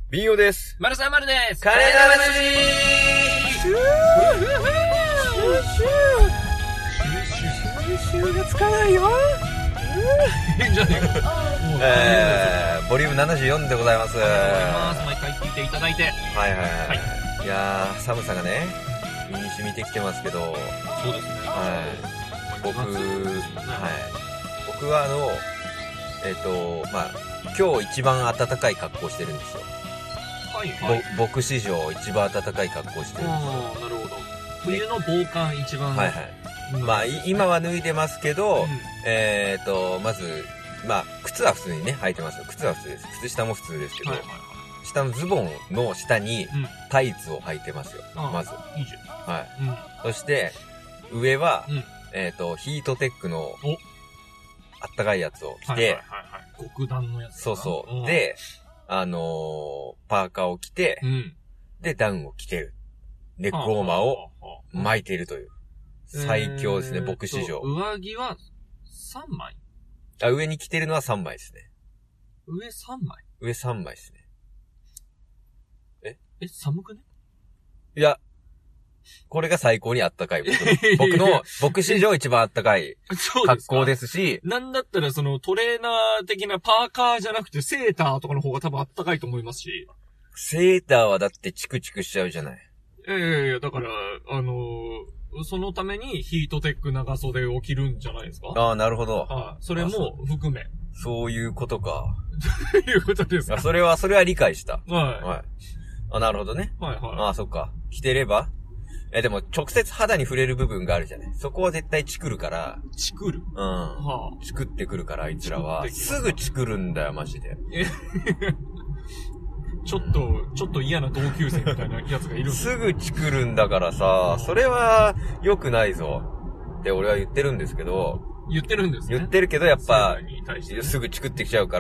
ビンヨです。 マルさんマルです。 カレー鍋のシューがつかないよ。 変じゃねえか。 ボリューム74でございます。 毎回聞いていただいて。 はいはいはい。いやー、寒さがね、身に染みてきてますけど。 そうですね。 はい。僕は今日一番暖かい格好してるんですよ。 はいはい。 僕史上一番暖かい格好してるんですよ。 なるほど。冬の防寒一番。 はいはい。まあ、今は脱いでますけど、まず、靴は普通にね、履いてますよ。靴は普通です。靴下も普通ですけど、下のズボンの下にタイツを履いてますよ。まず。 いいじゃん。 はい。そして、上は、ヒートテックの、あったかいやつを着て、 極暖のやつ。 そうそう。で、パーカーを着て、で、ダウンを着てる。ネックウォーマーを巻いているという。最強ですね、僕史上。 上着は3枚？ 上に着てるのは3枚ですね。 上3枚？ 上3枚ですね。 寒くね？ いや、これが最高にあったかい。僕史上一番あったかい格好ですし。 なんだったらそのトレーナー的なパーカーじゃなくてセーターとかの方が多分あったかいと思いますし。 セーターはだってチクチクしちゃうじゃない。 だから、そのためにヒートテック長袖を着るんじゃないですか？ ああ、なるほど。 それも含め。 そういうことか。 ということですか？ それは理解した。 はい。 なるほどね。 はい。 そっか。着てれば？でも直接肌に触れる部分があるじゃない。そこは絶対チクるから。 チクる？ チクってくるから、あいつらは。すぐチクるんだよ、マジで。 ちょっと嫌な同級生みたいなやつがいるんすぐチクるんだからさ、それは良くないぞ。って俺は言ってるんですけど。 言ってるんですね。 言ってるけど、やっぱ、すぐチクってきちゃうから、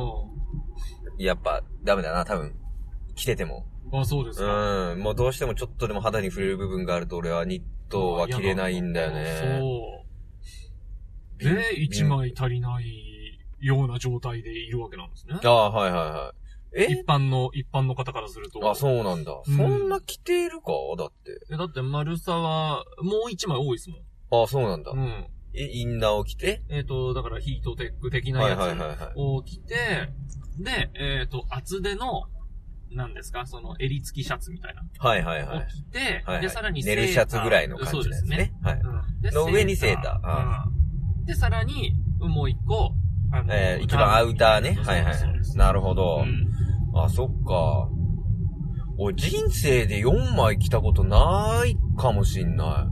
やっぱダメだな、多分。着てても。 そうですか。 もうどうしてもちょっとでも肌に触れる部分があると俺はニットは着れないんだよね。 そう。で、1枚足りないような状態でいるわけなんですね。 はい。 一般の方からすると。 そうなんだ。そんな着ているかだって。 だって丸さは、もう1枚多いですもん。 そうなんだ。インナーを着てだからヒートテック的なやつを着て、で、厚手の、何ですかその襟付きシャツみたいな。を着て、で、さらに寝るシャツぐらいの感じですね。の上にセーター。で、さらに、もう一個、 一番アウターね。なるほど。そっか。俺人生で4枚着たことないかもしんない。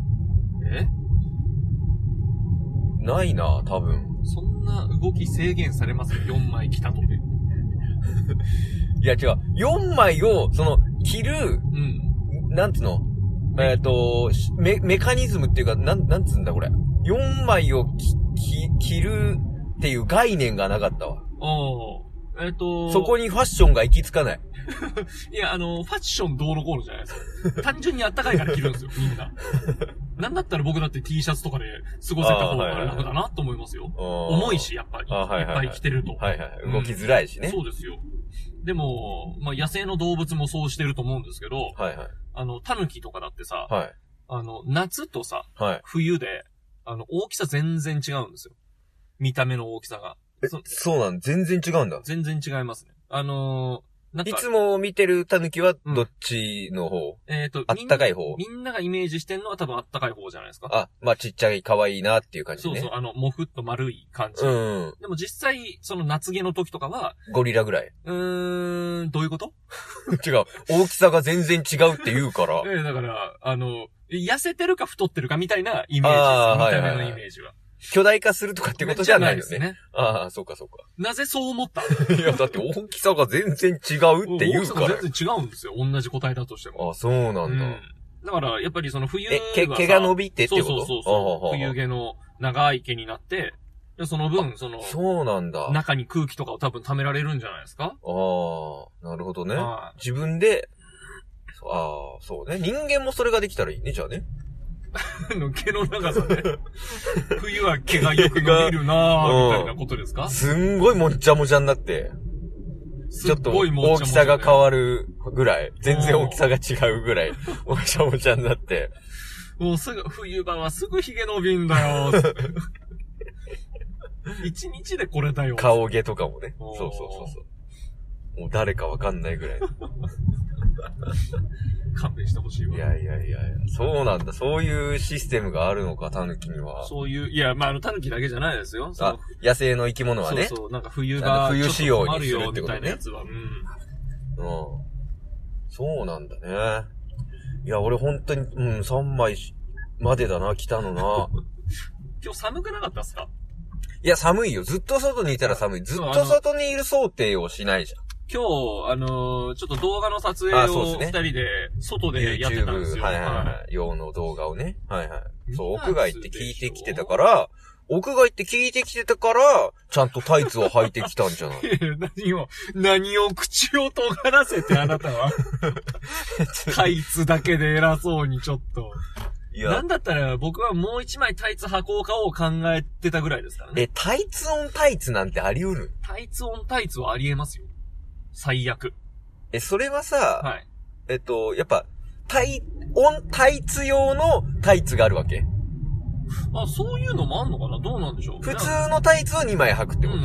ないな、多分。 そんな動き制限されますよ、4枚着たとて。 いや違う。4枚を、着る、なんつうの、メカニズムっていうか、なんつうんだこれ。4枚を着るっていう概念がなかったわ。そこにファッションが行き着かない。 いや、ファッションどうのこうのじゃないですか。単純に暖かいから着るんですよ、みんな。なんだったら僕だって T シャツとかで過ごせた方が楽だなと思いますよ。重いし、やっぱり。いっぱい着てると。 動きづらいしね。 そうですよ。でも、野生の動物もそうしてると思うんですけど、タヌキとかだってさ、夏とさ、冬で、大きさ全然違うんですよ。見た目の大きさが。 そうなん全然違うんだ。 全然違いますね。 いつも見てるタヌキはどっちの方？あったかい方？ みんながイメージしてんのは多分あったかい方じゃないですか。 ちっちゃい可愛いなっていう感じね。 そう、もふっと丸い感じ。でも実際、その夏毛の時とかは、 ゴリラぐらい。 どういうこと？ 違う。大きさが全然違うって言うから。 だから、痩せてるか太ってるかみたいなイメージです。見た目のイメージは。 巨大化するとかってことじゃないよね。そうか。 なぜそう思った？ いや、だって大きさが全然違うって言うから。 大きさが全然違うんですよ。同じ個体だとしても。 そうなんだ。 だから、やっぱりその冬は毛が伸びてってこと？ そう。冬毛の長い毛になって、でその分、 そうなんだ。 中に空気とかを多分溜められるんじゃないですか？ なるほどね。自分で、そうね。人間もそれができたらいいね、じゃあね。 毛の長さで。冬は毛がよく伸びるなぁ、みたいなことですか？ すんごいもっちゃもちゃになって。 ちょっと大きさが変わるぐらい、全然大きさが違うぐらい、もちゃもちゃになって。 もうすぐ、冬場はすぐ髭伸びんだよ。一日でこれだよ。 顔毛とかもね。そう。もう誰かわかんないぐらい。 勘弁してほしいわ。 いや。そうなんだ。そういうシステムがあるのか、タヌキには。 そういう、いや、まあ、タヌキだけじゃないですよ。 野生の生き物はね。 そう、なんか冬が、 冬仕様にするってことね。 みたいなやつは。 そうなんだね。いや、俺本当に、3枚までだな、来たのな。 今日寒くなかったっすか？ いや、寒いよ。ずっと外にいたら寒い。ずっと外にいる想定をしないじゃん。 今日、ちょっと動画の撮影を二人で、外でやってたんですよ。 YouTube、用の動画をね。そう、屋外って聞いてきてたから、ちゃんとタイツを履いてきたんじゃない何を口を尖らせてあなたは。タイツだけで偉そうにちょっと。なんだったら僕はもう一枚タイツ履こうかを考えてたぐらいですからね。 タイツオンタイツなんてあり得る？ タイツオンタイツはあり得ますよ。最悪。 それはさ、やっぱ、タイツ用のタイツがあるわけ？ そういうのもあんのかな？どうなんでしょう？ 普通のタイツを2枚履くってこと？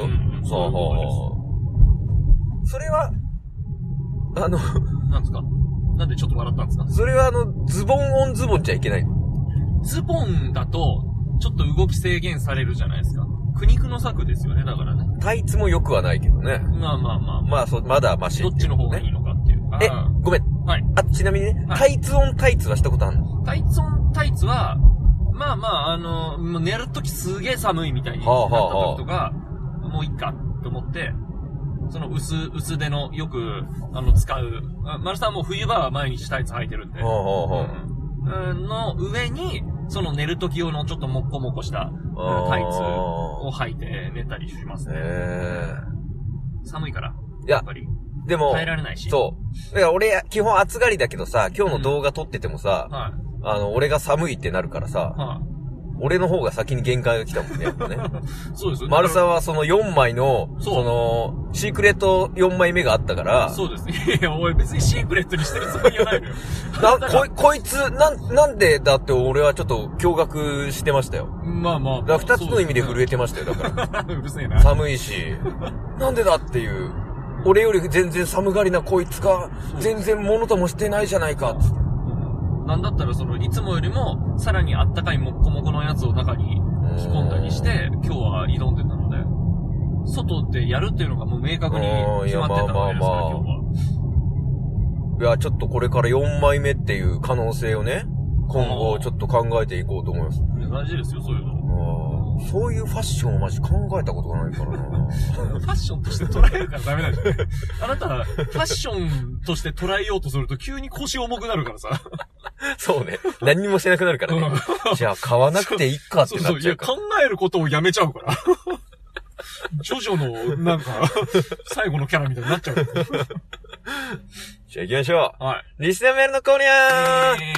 それは、 なんですか？なんでちょっと笑ったんですか？ それはズボンオンズボンじゃいけないの？ ズボンだと、ちょっと動き制限されるじゃないですか。苦肉の策ですよね、だからね。 タイツも良くはないけどね。 まあ。 まだマシ。 どっちの方がいいのかっていう。 ごめん。ちなみにね、タイツオンタイツはしたことあるの？ タイツオンタイツは、もう寝るときすげえ寒いみたいになった時とか、もういいかと思って、その薄手のよく、使う、丸さんも冬場は毎日タイツ履いてるんで、の上に、その寝るとき用のちょっともっこもこしたタイツを履いて寝たりしますね。寒いから。やっぱり。 でも、 耐えられないし。 そう。だから俺、基本暑がりだけどさ、今日の動画撮っててもさ、俺が寒いってなるからさ、俺の方が先に限界が来たもんね、やっぱね。 そうですよね。 丸さはその4枚の、シークレット4枚目があったから。 そうですね。いや、俺別にシークレットにしてるつもりはないのよ。 こいつ、なんでだって俺はちょっと驚愕してましたよ。 まあ。 だから2つの意味で震えてましたよ、だから。 うるせえな。 寒いし、なんでだっていう。俺より全然寒がりなこいつが、全然物ともしてないじゃないか、つって。 なんだったらいつもよりも、さらにあったかいもっこもこのやつを中に着込んだりして、今日は挑んでたので、外でやるっていうのがもう明確に決まってたわけですから、今日は。 いや、ちょっとこれから4枚目っていう可能性をね、今後ちょっと考えていこうと思います。 大事ですよ、そういうの。 そういうファッションをマジ考えたことがないからな。 ファッションとして捉えるからダメなんじゃない？あなた、ファッションとして捉えようとすると急に腰重くなるからさ。 そうね。何にもしなくなるからね。じゃあ買わなくていいかってなっちゃうから。 いや、考えることをやめちゃうから。ジョジョの、なんか、最後のキャラみたいになっちゃう。 じゃあ行きましょう。リスナーメールのコーニャー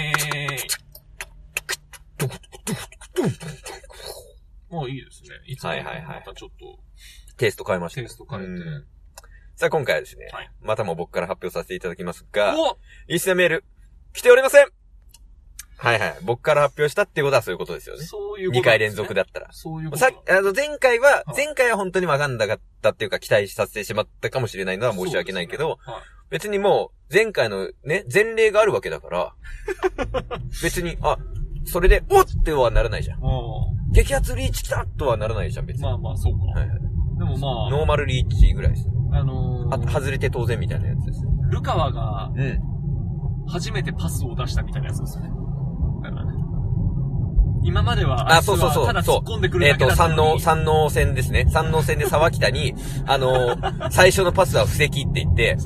もういいですね。いつもまたちょっと。 テイスト変えました。 テイスト変えて。 さあ今回はですね、またも僕から発表させていただきますが、リスナーメール、来ておりません。僕から発表したっていうことはそういうことですよね。 そういうことですね。 2回連続だったら。 そういうこと。 前回は本当にわかんなかったっていうか期待させてしまったかもしれないのは申し訳ないけど、別にもう前回のね、前例があるわけだから、別に、それで、おってはならないじゃん。激アツリーチ来たとはならないじゃん、別に。 まあ、そうか。でもノーマルリーチぐらいです。外れて当然みたいなやつです。 ルカワが、初めてパスを出したみたいなやつですよね。だからね。今までは、 そう。ただ突っ込んでくるだけだったのに。 三能戦ですね。三能戦で沢北に、最初のパスは布石って言って、 そう。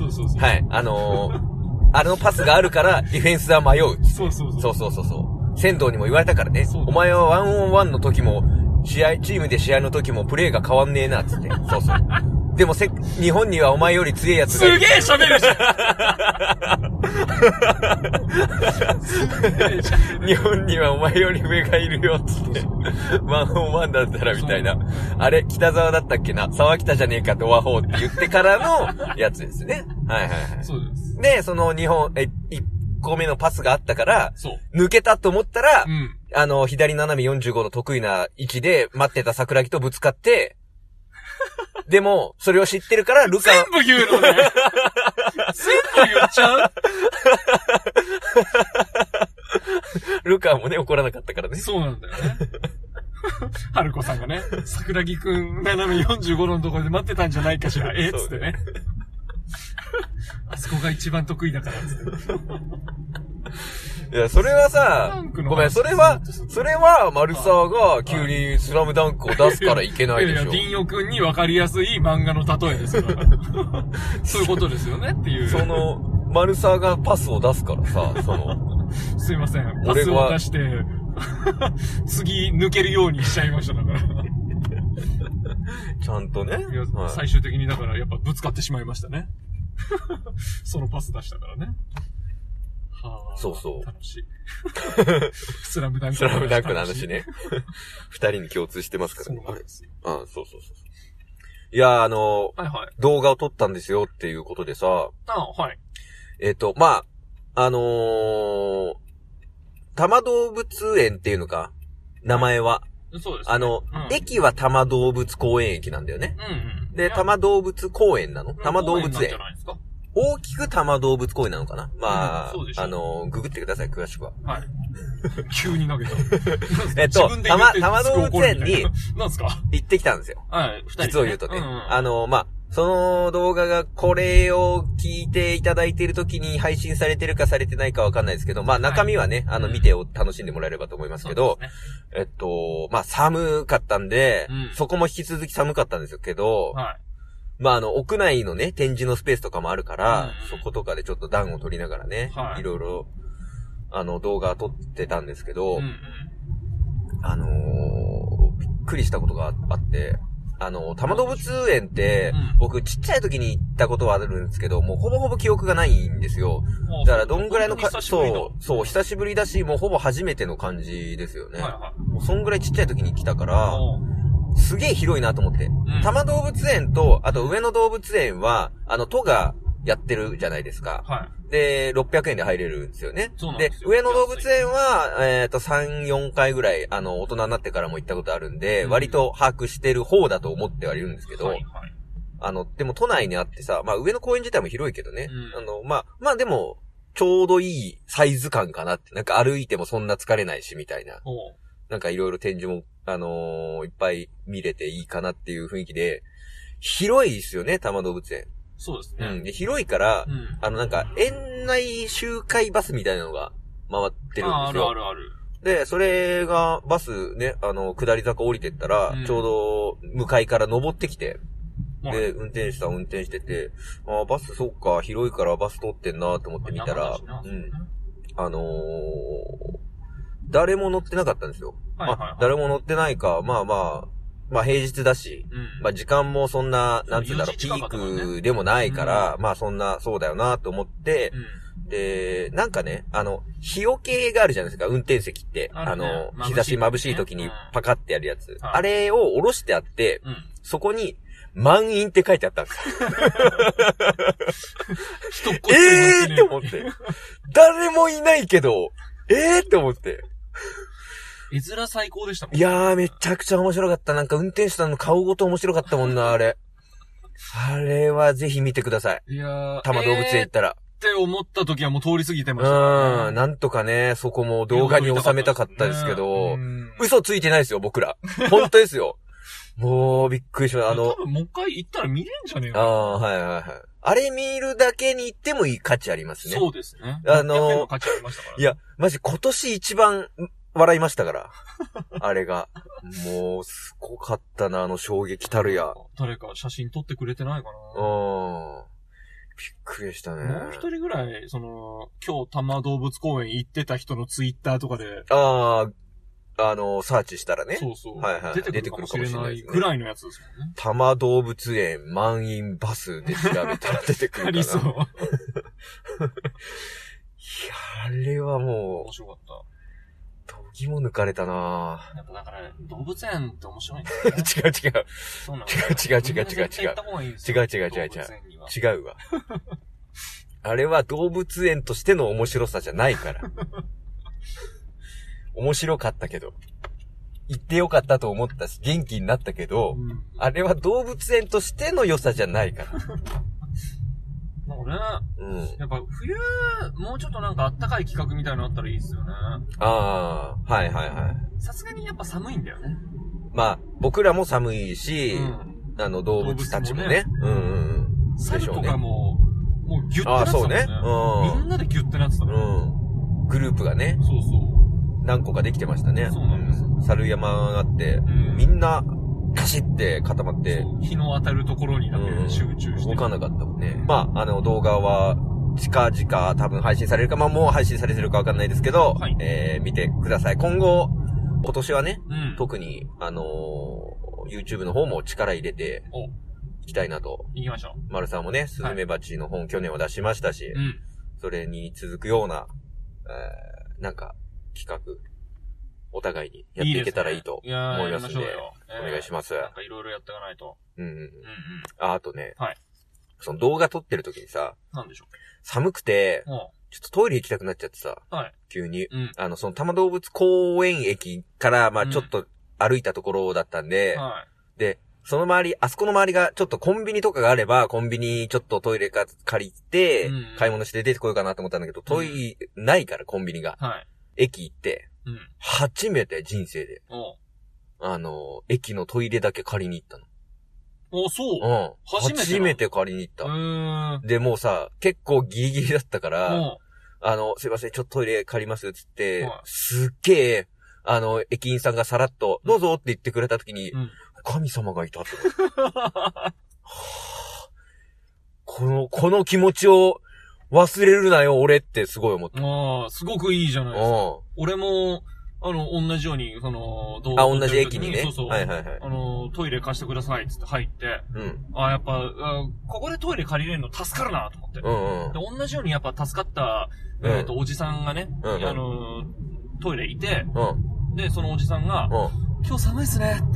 パスがあるから、ディフェンスは迷う。 そう。 仙道にも言われたからね。お前はワンオンワンの時も、チームで試合の時もプレーが変わんねえな、つって。そう。でも日本にはお前より強いやつがすげえ喋るじゃん日本にはお前より上がいるよ、つって。ワンオンワンだったらみたいな。あれ、北沢だったっけな、沢北じゃねえか、ドアホーって言ってからのやつですね。はいはいはい。 そうです。 で、その1個目のパスがあったから、抜けたと思ったら、左斜め45の得意な位置で待ってた桜木とぶつかって、でも、それを知ってるから、ルカ全部言うのね。全部言っちゃうルカもね、怒らなかったからね。 そうなんだよね。春子さんがね、桜木くん斜め45のところで待ってたんじゃないかしら。つってね。あそこが一番得意だから、つって。 いや、それはさ、ごめん、それは、丸沢が急にスラムダンクを出すからいけないでしょ。 いや、銀代くんに分かりやすい漫画の例えですから。そういうことですよねっていう。 その、丸沢がパスを出すからさ、 すいません。パスを出して、次抜けるようにしちゃいました、だから。 ちゃんとね。 いや、はい、最終的にだからやっぱぶつかってしまいましたね。そのパス出したからね。 はあ、そうそう。 楽しい。スラムダンクの話ね。二人に共通してますからね。 そうですよ。 ああ、そう。いや、 はいはい、 動画を撮ったんですよっていうことでさ。 はい。 まあ、多摩動物園っていうのか、名前は。 そうですね。 駅は多摩動物公園駅なんだよね。で、多摩動物公園なの？多摩動物園。大きく多摩動物公園なのかな？まあ、ググってください、詳しくは。 はい。急に投げた。 多摩動物園に、 何すか？ 行ってきたんですよ。 はい、二人。 実を言うとね。まあ、その動画がこれを聞いていただいている時に配信されてるかされてないかわかんないですけど、まあ中身はね、見てを楽しんでもらえればと思いますけど、まあ寒かったんで、そこも引き続き寒かったんですけど、まあ屋内のね、展示のスペースとかもあるから、そことかでちょっと暖を取りながらね、いろいろ、動画撮ってたんですけど、びっくりしたことがあって、多摩動物園って、僕ちっちゃい時に行ったことはあるんですけど、もうほぼほぼ記憶がないんですよ。だからどんぐらいのそう、久しぶりだし、もうほぼ初めての感じですよね。もうそんぐらいちっちゃい時に来たから、すげえ広いなと思って。多摩動物園と、あと上野動物園は、都がやってるじゃないですか。で、600円で入れるんですよね。で、上野動物園は、3、4回ぐらい、大人になってからも行ったことあるんで、割と把握してる方だと思ってはいるんですけど、でも都内にあってさ、まあ上野公園自体も広いけどね、まあでも、ちょうどいいサイズ感かなって、なんか歩いてもそんな疲れないし、みたいな。なんかいろいろ展示も、いっぱい見れていいかなっていう雰囲気で、広いですよね、多摩動物園。 そうですね。 で広いから、なんか、園内周回バスみたいなのが回ってるんですよ。 ある。 で、それが、バスね、下り坂降りてったら、ちょうど、向かいから登ってきて、で、運転手さん運転してて、バス、そっか、広いからバス通ってんなと思って見たら、誰も乗ってなかったんですよ。誰も乗ってないか、まあ平日だし、まあ時間もそんな、なんつうんだろう、ピークでもないから、まあそんな、そうだよなと思って、で、なんかね、日よけがあるじゃないですか、運転席って。日差し眩しい時にパカってやるやつ。あれを下ろしてあって、そこに、満員って書いてあったんですよ。って思って。誰もいないけど、って思って。 絵面最高でしたもん。 いやー、めちゃくちゃ面白かった。なんか運転手さんの顔ごと面白かったもんな、あれ。あれはぜひ見てください。 いやー。 多摩動物園行ったら。 って思った時はもう通り過ぎてました、 ね。なんとかね、そこも動画に収めたかったですけど、嘘ついてないですよ、僕ら。本当ですよ。もう、びっくりしました。 多分もう一回行ったら見れんじゃねえかな。 はい。あれ見るだけに行ってもいい価値ありますね。 そうですね。価値ありましたからね。 いや、マジ今年一番笑いましたから。あれが。もう、すごかったな、衝撃たるや。 誰か写真撮ってくれてないかな。 びっくりしたね。 もう一人ぐらい、今日多摩動物公園行ってた人のツイッターとかで。 サーチしたらね。 そう。 出てくるかもしれないぐらいのやつですもんね。 多摩動物園満員バスで調べたら出てくるかな。 ありそう。いやああれはもう、 面白かった。 どぎも抜かれたなぁ。やっぱだから、動物園って面白いんだよね。 違う。 そうなの。 違うわ。あれは動物園としての面白さじゃないから。面白かったけど。行ってよかったと思ったし、元気になったけど、あれは動物園としての良さじゃないから。 なんかね、やっぱ冬、もうちょっとなんかあったかい企画みたいなのあったらいいですよね。 ああ、はい。 さすがにやっぱ寒いんだよね。 まあ、僕らも寒いし、動物たちもね。 猿とかもギュッてなってたもんね。みんなでギュッてなってたから。 グループがね。 そう。 何個かできてましたね。 そうなんです。 猿山があって、みんな、カシって固まって。 日の当たるところにだけ集中して。 動かなかったもんね。まあ、動画は、近々多分配信されるか、まあもう配信されてるかわかんないですけど、はい、見てください。今年はね、特に、YouTube の方も力入れて、いきたいなと。 行きましょう。 丸さんもね、スズメバチの本、去年は出しましたし、それに続くような、なんか、企画、お互いにやっていけたらいいと思いますので、お願いします。 なんかいろいろやっていかないと。 あとね、 はい。 その動画撮ってる時にさ、 なんでしょう。 寒くて、ちょっとトイレ行きたくなっちゃってさ、 はい。 急に。その多摩動物公園駅から、まあちょっと歩いたところだったんで、 はい。 で、その周り、あそこの周りがちょっとコンビニとかがあれば、コンビニちょっとトイレ借りて、買い物して出てこようかなと思ったんだけど、ないからコンビニが。 はい。 駅行って、初めて人生で、駅のトイレだけ借りに行ったの。 そう初めて借りに行った。で、もうさ、結構ギリギリだったから、すいません、ちょっとトイレ借りますっつって、すっげえ、駅員さんがさらっと、どうぞって言ってくれた時に、神様がいたって。この気持ちを忘れるなよ、俺ってすごい思った。 すごくいいじゃないですか。俺も、同じように、同じ駅にね。 そう。トイレ貸してくださいって入って、やっぱ、ここでトイレ借りれるの助かるなと思って。で、同じようにやっぱ助かった、おじさんがね、トイレいて、で、そのおじさんが、今日寒いっすねって。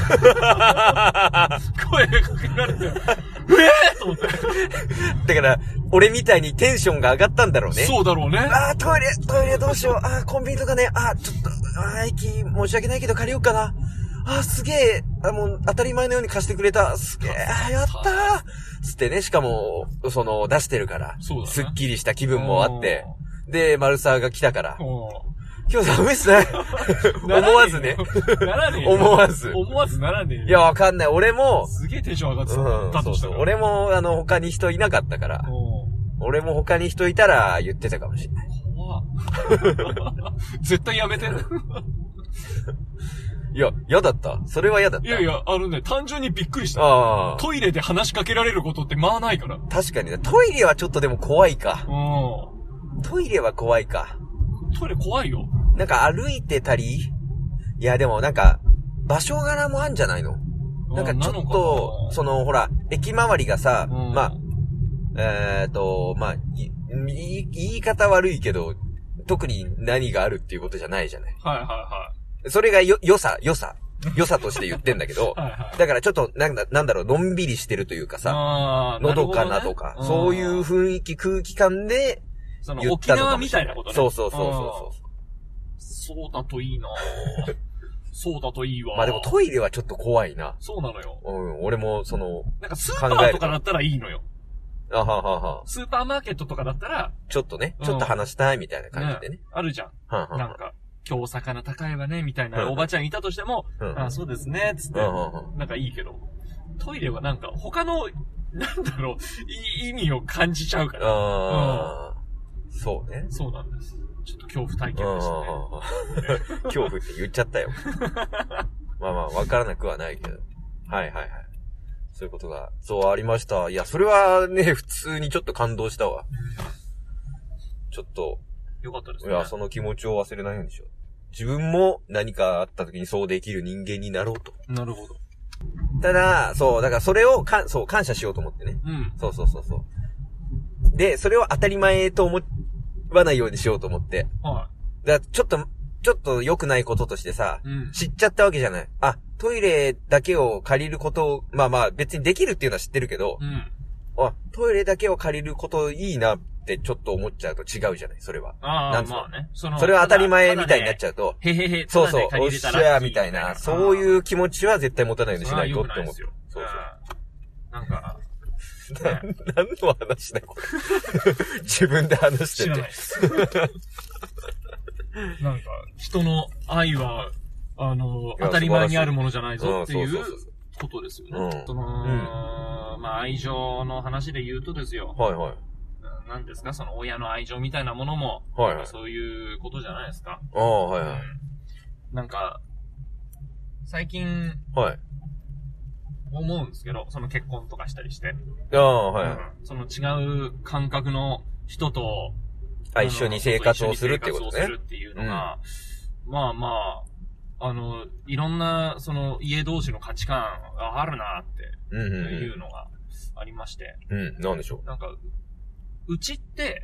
声かけられて、と思って。 だから、俺みたいにテンションが上がったんだろうね。 そうだろうね。 トイレどうしよう。コンビニとかね。ちょっと、駅申し訳ないけど借りようかな。すげえ。もう当たり前のように貸してくれた。すげえ。やったー。つってね、しかも、出してるから。 そうだね。 すっきりした気分もあって。で、マルサーが来たから。今日寒いっすね。思わずね。 ならねえ。 思わずならねえ。 いや、わかんない。俺も。 すげえテンション上がってた。 そう。俺も、他に人いなかったから。俺も他に人いたら言ってたかもしれない。 怖っ。絶対やめて。 いや、嫌だった。それは嫌だった。 いや、単純にびっくりした。トイレで話しかけられることってまあないから。 確かにね。トイレはちょっとでも怖いか。トイレは怖いか。 トイレ怖いよ。 なんか歩いてたり、いやでもなんか、場所柄もあんじゃないの？なんかちょっと、ほら、駅周りがさ、言い方悪いけど、特に何があるっていうことじゃないじゃない。それが良さとして言ってんだけど、だからちょっと、なんだろう、のんびりしてるというかさ、のどかなとか、そういう雰囲気、空気感で、 沖縄みたいなことね。 そう。 そうだといいなそうだといいわ。 まあでもトイレはちょっと怖いな。 そうなのよ。 俺もなんかスーパーとかだったらいいのよ。 スーパーマーケットとかだったら、 ちょっとね、ちょっと話したいみたいな感じでね。 あるじゃん。なんか、今日魚高いわね、みたいなおばちゃんいたとしても、そうですね、つって、なんかいいけど、トイレはなんか他の、なんだろう、意味を感じちゃうから。 そうね。 そうなんです。ちょっと恐怖体験でしたね。 恐怖って言っちゃったよ。まあわからなくはないけど。はい。そういうことが、そうありました。いや、それはね、普通にちょっと感動したわ。ちょっと。 よかったですね。 いや、その気持ちを忘れないようにしよう。自分も何かあった時にそうできる人間になろうと。 なるほど。 ただ、だからそれを感謝しようと思ってね。そう。で、それを当たり前とわないようにしようと思って。はい。だからちょっと良くないこととしてさ、知っちゃったわけじゃない。あ、トイレだけを借りることを、まあ別にできるっていうのは知ってるけど、あ、トイレだけを借りることいいなってちょっと思っちゃうと違うじゃない、それは。なんまあね。それは当たり前みたいになっちゃうと、そうそう、おっしゃみたいな、そういう気持ちは絶対持たないようにしないとって思う。そうそう。なんか、何の話だこれ。自分で話してて。 なんか、人の愛は、当たり前にあるものじゃないぞっていうことですよね。まあ、愛情の話で言うとですよ。はいはい。何ですか、その親の愛情みたいなものも、はいはい、そういうことじゃないですか。ああ、はいはい。なんか、最近、はい。思うんですけど、その結婚とかしたりして。ああ、はい。その違う感覚の人と、 一緒に生活をするっていうことね。生活をするっていうのが、まあまあ、いろんな、その家同士の価値観があるなっていうのがありまして。 なんでしょう。 なんか、うちって、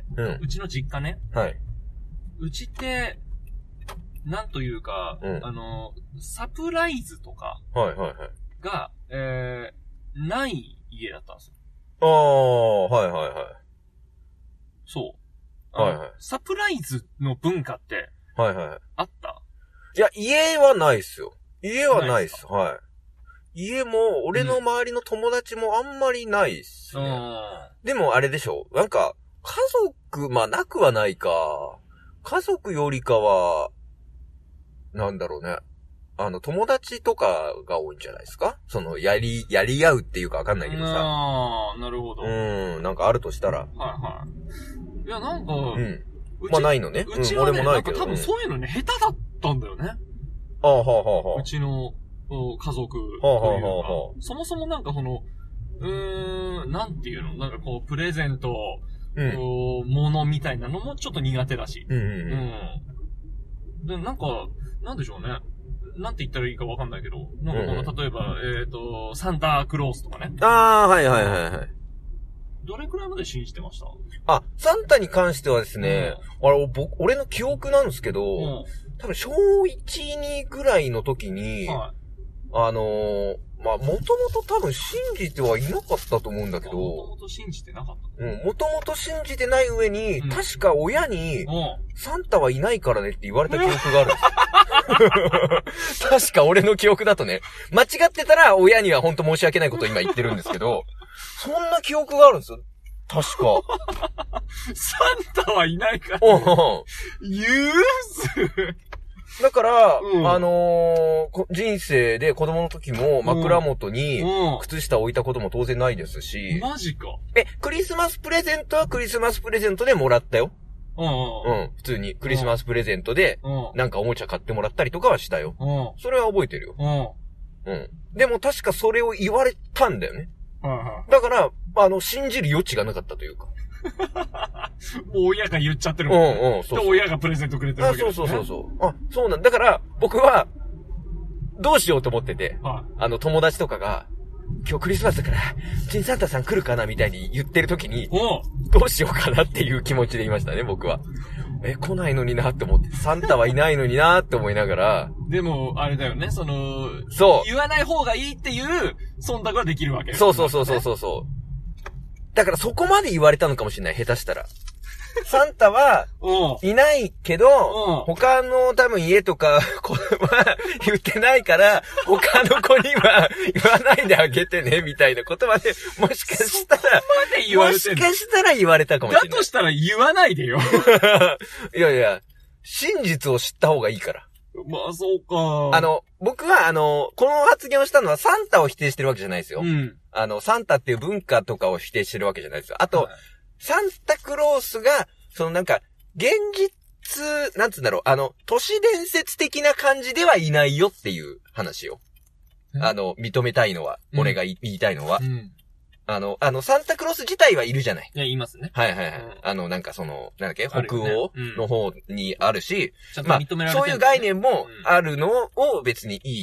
うちの実家ね。はい。うちって、なんというか、サプライズとか、はいはいはい。が、ない家だったんですよ。 ああ、はいはいはい。 そう。はいはい。サプライズの文化って、はいはい。あった？ いや、家はないっすよ。家はないっす。はい。家も、俺の周りの友達もあんまりないっすね。でもあれでしょ？なんか、家族、まあなくはないか。家族よりかは、なんだろうね。友達とかが多いんじゃないですか？その、やり合うっていうかわかんないけどさ。 ああ、なるほど。 なんかあるとしたら。はいはい。いや、なんか、 まあないのね。 うちはね、俺もないけど。なんか多分そういうのね、下手だったんだよね。 ああ、はあ、はあ、はあ。 うちの家族というか。はあ、はあ、はあ。そもそもなんかその、なんていうの？なんかこう、プレゼント、ものみたいなのもちょっと苦手だし。で、なんか、なんでしょうね。なんて言ったらいいかわかんないけど、なんかこの、例えば、サンタクロースとかね。 ああ、はいはいはいはい。 どれくらいまで信じてました？ あ、サンタに関してはですね、俺の記憶なんですけど、多分小1、2ぐらいの時に、まあ、もともと多分信じてはいなかったと思うんだけど。もともと信じてなかった？ もともと信じてない上に、確か親に、サンタはいないからねって言われた記憶があるんですよ。確か俺の記憶だとね、間違ってたら親には本当申し訳ないことを今言ってるんですけど、そんな記憶があるんですよ。確か。 サンタはいないから、ね。許す。 だから、人生で子供の時も枕元に靴下置いたことも当然ないですし。 マジか。 クリスマスプレゼントはクリスマスプレゼントでもらったよ。普通にクリスマスプレゼントで、なんかおもちゃ買ってもらったりとかはしたよ。それは覚えてるよ。でも確かそれを言われたんだよね。だから、信じる余地がなかったというか。 もう親が言っちゃってるもんね。そう親がプレゼントくれてるわけですね。 そう。そうなんだから、僕は、どうしようと思ってて、友達とかが、今日クリスマスだから、チンサンタさん来るかなみたいに言ってる時に、どうしようかなっていう気持ちでいましたね、僕は。来ないのになって思って、サンタはいないのになって思いながら。 でも、あれだよね、そう。言わない方がいいっていう、忖度ができるわけ、ね。 そう。だからそこまで言われたのかもしれない、下手したら。サンタは、いないけど、他の多分家とか、子は言ってないから、他の子には言わないであげてね、みたいなことまで、もしかしたら、もしかしたら言われたかもしれない。 だとしたら言わないでよ。 いや、真実を知った方がいいから。 まあ、そうか。 僕は、この発言をしたのはサンタを否定してるわけじゃないですよ。サンタっていう文化とかを否定してるわけじゃないですよ。あと、サンタクロースが、なんか、現実、なんつうんだろう、都市伝説的な感じではいないよっていう話よ。認めたいのは、俺が言いたいのは。サンタクロース自体はいるじゃない。 いや、いますね。 はい。なんかなんだっけ、北欧の方にあるし、まあ、そういう概念もあるのを別にいい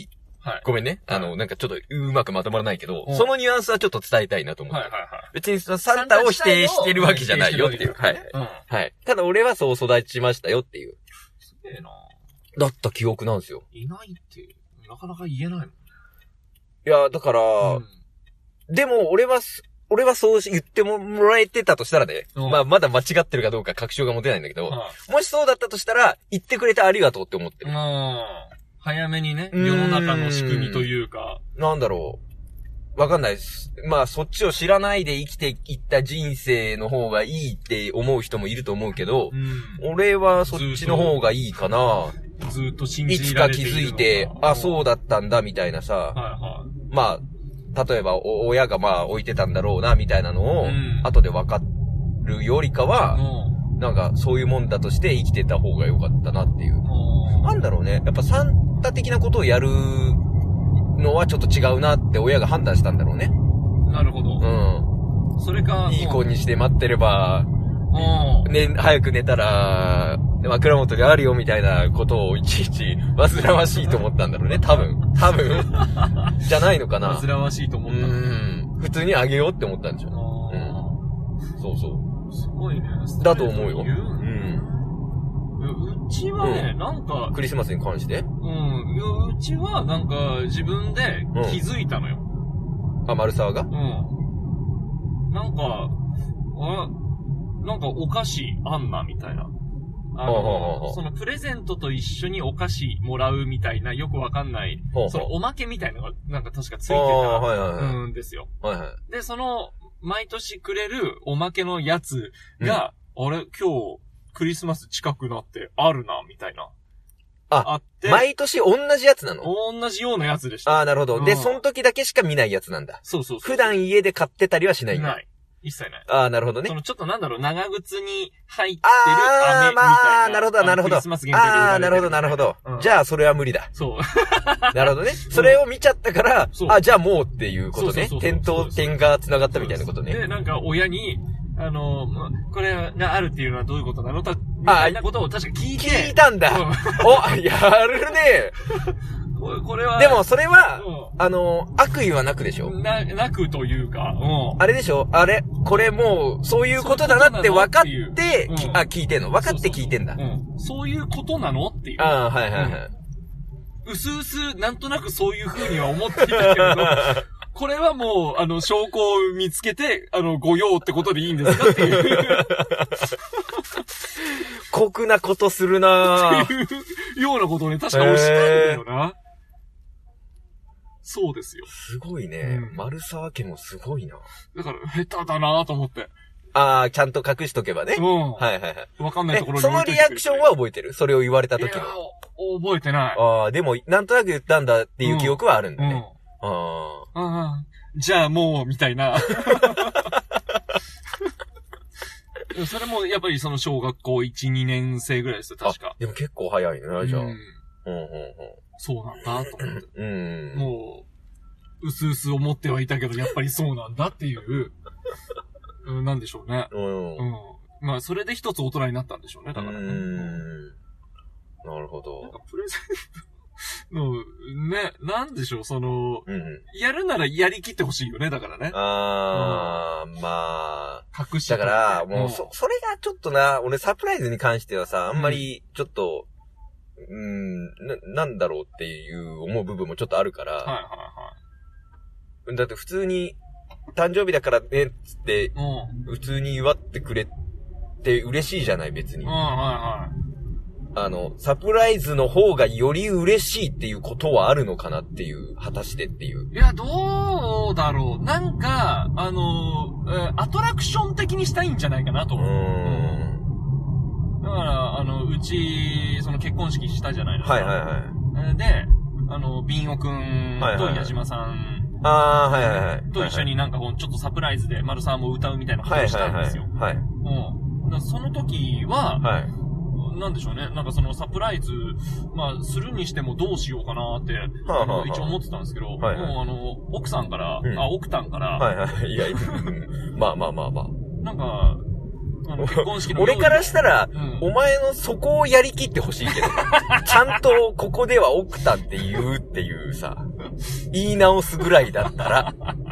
はい。ごめんね。なんかちょっとうまくまとまらないけど、そのニュアンスはちょっと伝えたいなと思って。はいはいはい。別にサンタを否定してるわけじゃないよっていう。はい。はい。ただ俺はそう育ちましたよっていう。すげえなだった記憶なんですよ。 いないって、なかなか言えないもん。いや、だから、でも俺はそう言ってもらえてたとしたらね、まあまだ間違ってるかどうか確証が持てないんだけど、もしそうだったとしたら、言ってくれてありがとうって思ってる。 早めにね、世の中の仕組みというか。 なんだろう。わかんないです。まあそっちを知らないで生きていった人生の方がいいって思う人もいると思うけど、俺はそっちの方がいいかな。 ずっと信じられている。 いつか気づいて、あ、そうだったんだみたいなさ、まあ、例えば親がまあ置いてたんだろうなみたいなのを、後でわかるよりかは、なんかそういうもんだとして生きてた方が良かったなっていう。なんだろうね。やっぱサンタ的なことをやるのはちょっと違うなって親が判断したんだろうね。 なるほど。 それか。いい子にして待ってれば、ね、早く寝たら、枕元にあるよみたいなことをいちいち煩わしいと思ったんだろうね。多分。じゃないのかな。 煩わしいと思った。 普通にあげようって思ったんでしょ。そうそう。 すごいね。 だと思うよ。 うちはね、なんか。 クリスマスに関して？ うちはなんか自分で気づいたのよ。 あ、丸沢が？ なんかお菓子あんな、みたいな。そのプレゼントと一緒にお菓子もらうみたいな、よくわかんない、そのおまけみたいなのがなんか確かついてたんですよ。で、その、毎年くれるおまけのやつが、あれ、今日、クリスマス近くなってあるな、みたいな。 あって。毎年同じやつなの？ 同じようなやつでした。 なるほど。で、その時だけしか見ないやつなんだ。 そう。 普段家で買ってたりはしないんだ。 ない。一切ない。 なるほどね。 ちょっとなんだろう、長靴に入ってる飴みたいな。 なるほど、なるほど。 クリスマス限定でなるほど、なるほど。じゃあ、それは無理だ。 そう。 なるほどね。それを見ちゃったから、じゃあもうっていうことね。点と点が繋がったみたいなことね。 で、なんか親に、これがあるっていうのはどういうことなのみたいなことを確か聞いて。 聞いたんだ。やるね。 これは。 でも、それは、悪意はなくでしょ？ なくというか、 あれでしょ？これもう、そういうことだなって分かって、聞いてんの？分かって聞いてんだ。 そういうことなのっていう。 はい。 うすうす、なんとなくそういう風には思っていたけれど、これはもう、証拠を見つけて、ご用ってことでいいんですかっていう。 酷なことするなぁ。 っていうようなことをね、確かおっしゃったんだよな。そうですよ。 すごいね。丸沢家もすごいな。 だから、下手だなぁと思って。 ちゃんと隠しとけばね。はい。 わかんないところにそのリアクションは覚えてる？それを言われた時の。 覚えてない。 でも、なんとなく言ったんだっていう記憶はあるんだね。 じゃあもう、みたいな。それも、やっぱりその小学校1、2年生ぐらいですよ、確か。 でも結構早いね、じゃあ。 そうなんだ、と思って。もう、うすうす思ってはいたけど、やっぱりそうなんだっていう、なんでしょうね。まあ、それで一つ大人になったんでしょうね、だからね。 なるほど。 なんかプレゼントね、なんでしょう、やるならやりきってほしいよね、だからね。 まあ。 隠しだから、もう、それがちょっとな、俺サプライズに関してはさ、あんまり、ちょっと、なんだろうっていう思う部分もちょっとあるから。だって普通に、誕生日だからね、つって、普通に祝ってくれて嬉しいじゃない、別に。サプライズの方がより嬉しいっていうことはあるのかなっていう、果たしてっていう。 いや、どうだろう。なんか、アトラクション的にしたいんじゃないかなと思う。だから、うち、結婚式したじゃないですか。で、ビンオくんと矢島さん、と一緒になんかちょっとサプライズで丸沢も歌うみたいなことをしたんですよ。その時は、なんでしょうね。なんかサプライズ、するにしてもどうしようかなって、一応思ってたんですけど、もう奥さんから、奥さんから、 いや、まあ。 なんか、結婚式の俺からしたら、お前のそこをやりきってほしいけど、ちゃんとここでは奥さんって言うっていうさ。 言い直すぐらいだったら。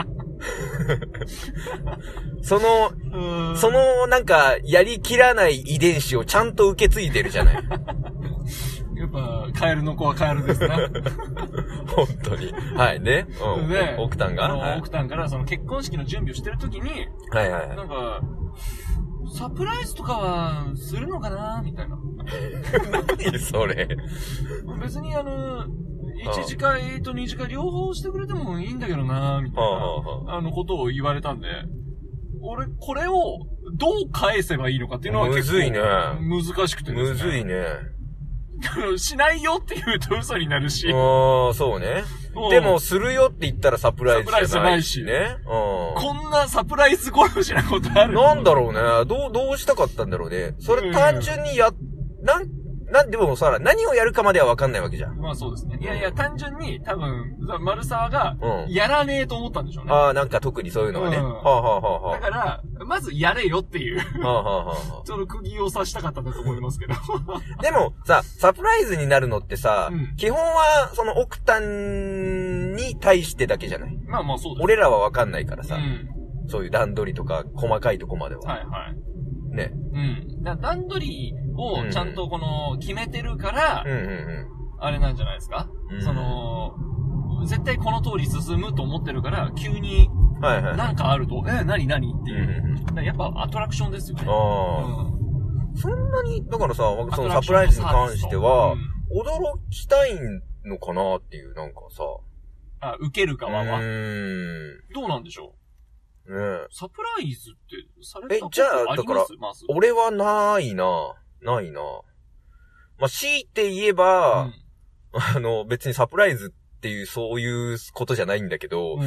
そのなんか、やりきらない遺伝子をちゃんと受け継いでるじゃない。 やっぱ、カエルの子はカエルですね。 本当に。はいね。うん。 で、 奥さんが奥さんからその結婚式の準備をしてるときに、 はいはい。 なんか、サプライズとかは、するのかなみたいな。 何それ。 別に1次会と2次会両方してくれてもいいんだけどなみたいな、ことを言われたんで、俺、これをどう返せばいいのかっていうのは結構、難しくてですね。 むずいね。 しないよって言うと嘘になるし。 そうね。でも、するよって言ったらサプライズじゃないしね。 こんなサプライズ殺しなことある？ なんだろうね。どうしたかったんだろうね。それ単純にでもさ、何をやるかまでは分かんないわけじゃん。 まあそうですね。いやいや、単純に多分、丸沢が、やらねえと思ったんでしょうね。 なんか特にそういうのはね。 だから、まずやれよっていう。ちょっと釘を刺したかったんだと思いますけど。 でもさ、サプライズになるのってさ、基本は、その奥さんに対してだけじゃない。 まあまあそうです。 俺らは分かんないからさ、そういう段取りとか細かいとこまでは。 はいはい。 ね。 段取りをちゃんと決めてるから、あれなんじゃないですか？絶対この通り進むと思ってるから、急に、なんかあると、何っていう。やっぱアトラクションですよね。 そんなに、だからさ、そのサプライズに関しては、驚きたいのかなっていう、なんかさ。 受ける側は。どうなんでしょう？サプライズってされたことあります？ じゃあ、だから、俺はないな。まあ、強いて言えば、別にサプライズっていう、そういうことじゃないんだけど、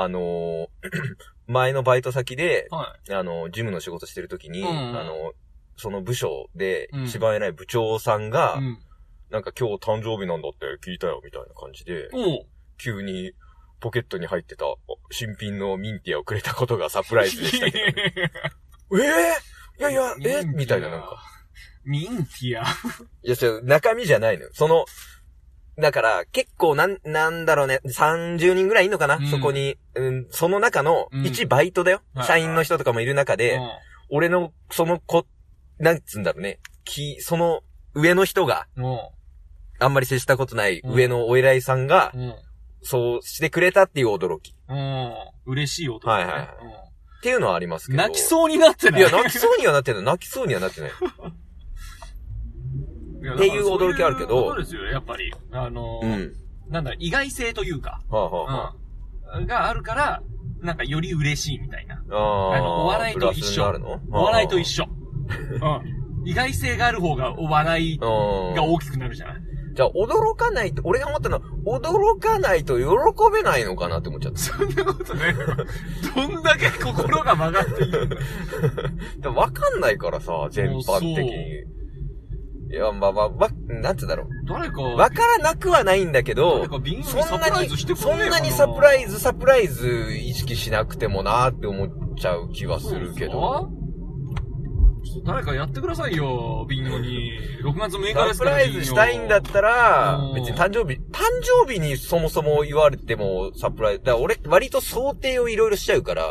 前のバイト先で、事務の仕事してる時に、その部署で一番偉い部長さんが、なんか今日誕生日なんだって聞いたよ、みたいな感じで、急に、ポケットに入ってた新品のミンティアをくれたことがサプライズでしたけど。みたいななんか。 ミンティアいや、中身じゃないのよ。だから結構なんだろうね、30人ぐらいいんのかな、そこに、その中の1バイトだよ。社員の人とかもいる中で、俺のなんつうんだろうね、その上の人が、あんまり接したことない上のお偉いさんが、そうしてくれたっていう驚き。 嬉しい驚き。 はいはい。っていうのはありますけど。 泣きそうになってない？ いや、泣きそうにはなってない。泣きそうにはなってない。っていう驚きあるけど。 そうですよ、やっぱり。なんだ、意外性というか。があるから、なんかより嬉しいみたいな。お笑いと一緒。お笑いと一緒。意外性がある方がお笑いが大きくなるじゃない。 じゃあ、驚かないと、俺が思ったのは、驚かないと喜べないのかなって思っちゃった。 そんなことね。どんだけ心が曲がっているんだ。 でもわかんないからさ、全般的に。いや、なんてだろう。 誰か。 わからなくはないんだけど、そんなにサプライズ意識しなくてもなーって思っちゃう気はするけど。 誰かやってくださいよ、ビンゴに。6月6日ですから。 サプライズしたいんだったら、別に誕生日にそもそも言われてもサプライズ、だから俺割と想定をいろいろしちゃうから、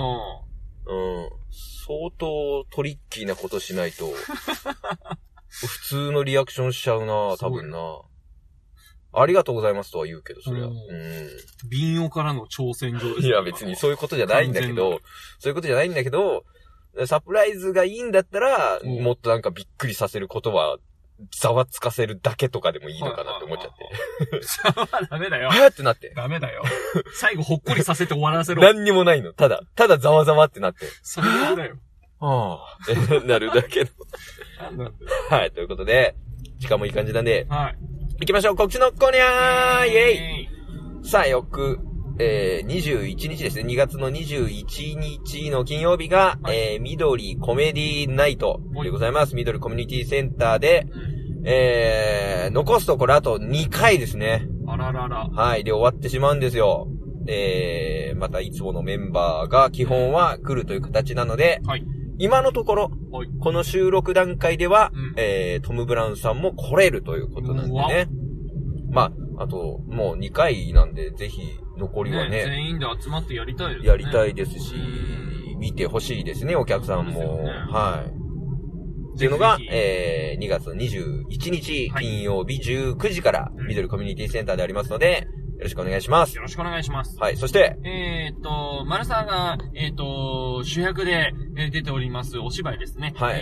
相当トリッキーなことしないと、普通のリアクションしちゃうな、多分な。ありがとうございますとは言うけど、そりゃ。 ビンゴからの挑戦状です。 いや別にそういうことじゃないんだけど、サプライズがいいんだったら、もっとなんかびっくりさせることは、ざわつかせるだけとかでもいいのかなって思っちゃって。 ざわダメだよ。 ってなって。 ダメだよ。最後ほっこりさせて終わらせろ。 何にもないの。ただざわざわってなって。 それだよ。 なるだけの。はい、ということで、時間もいい感じなんで、行きましょう、告知のコーニャーイェイさあ、21日ですね。2月の21日の金曜日が、緑コメディナイトでございます。緑コミュニティセンターで、残すところあと2回ですね。 あららら。 はい。で、終わってしまうんですよ。またいつものメンバーが基本は来るという形なので、今のところ、この収録段階では、トム・ブラウンさんも来れるということなんでね。まあと、もう2回なんで、ぜひ、残りはね。 全員で集まってやりたいですね。 やりたいですし、見てほしいですね、お客さんも。はい。っていうのが、2月21日、金曜日19時から、緑コミュニティセンターでありますので、よろしくお願いします。 よろしくお願いします。 はい、そして、 マルサーが、主役で出ておりますお芝居ですね。 はい。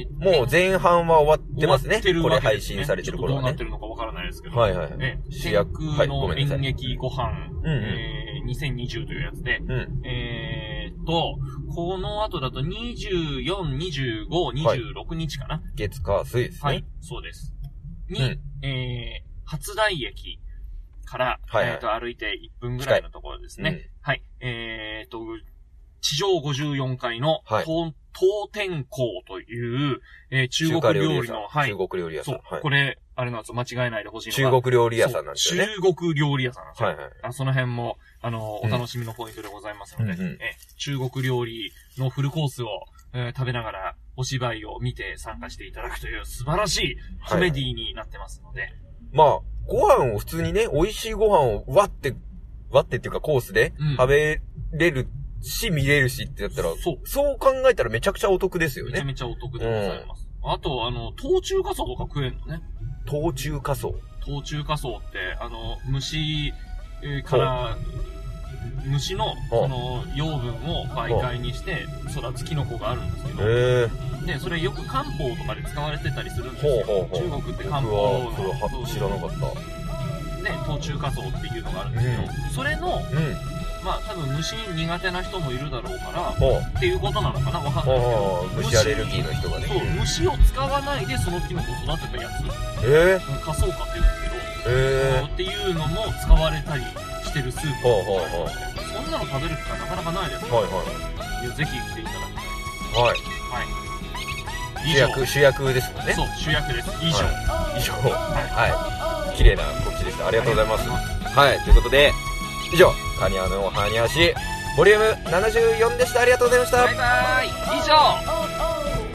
もう前半は終わってますね。これ配信されてる頃はね。 どうなってるのかわからないですけど。 はいはい。 主役の演劇ご飯、2020というやつで、この後だと24、25、26日かな。 月火水ですね。 はい、そうです。に、初台駅から、歩いて1分ぐらいのところですね。はい。地上54階の、東天港という、中国料理の、 中国料理屋さん。 そう。これ、あれなんですよ。間違えないでほしいのが。中国料理屋さんなんですよね。 中国料理屋さんなんですよ。はい。その辺も、お楽しみのポイントでございますので、中国料理のフルコースを、食べながらお芝居を見て参加していただくという素晴らしいコメディになってますので。 まあ、ご飯を普通にね、美味しいご飯を割ってっていうかコースで食べれるし、見れるしってやったら、そう考えたらめちゃくちゃお得ですよね。 めちゃめちゃお得でございます。あと、冬中華草とか食えんのね。 冬中華草冬中華草って、虫から、虫の、養分を媒介にして育つキノコがあるんですけど、で、それよく漢方とかで使われてたりするんですよ。中国って漢方の。 知らなかった。 で、冬中華草っていうのがあるんですけど、それの、まあ多分虫苦手な人もいるだろうから、っていうことなのかなわかんないけど。虫アレルギーの人がね。 そう、虫を使わないでそのキノコを育てたやつ。花草花って言うんですけど、っていうのも使われたりしてるスープ。そんなの食べる機会なかなかないですから。ぜひ来ていただきたい。はい。 主役ですもんね。 そう、主役です。以上。 はい。綺麗な告知でした。ありがとうございます。はい。ということで、以上、カニワのハニヤシ、ボリューム74でした。ありがとうございました。 バイバーイ。以上。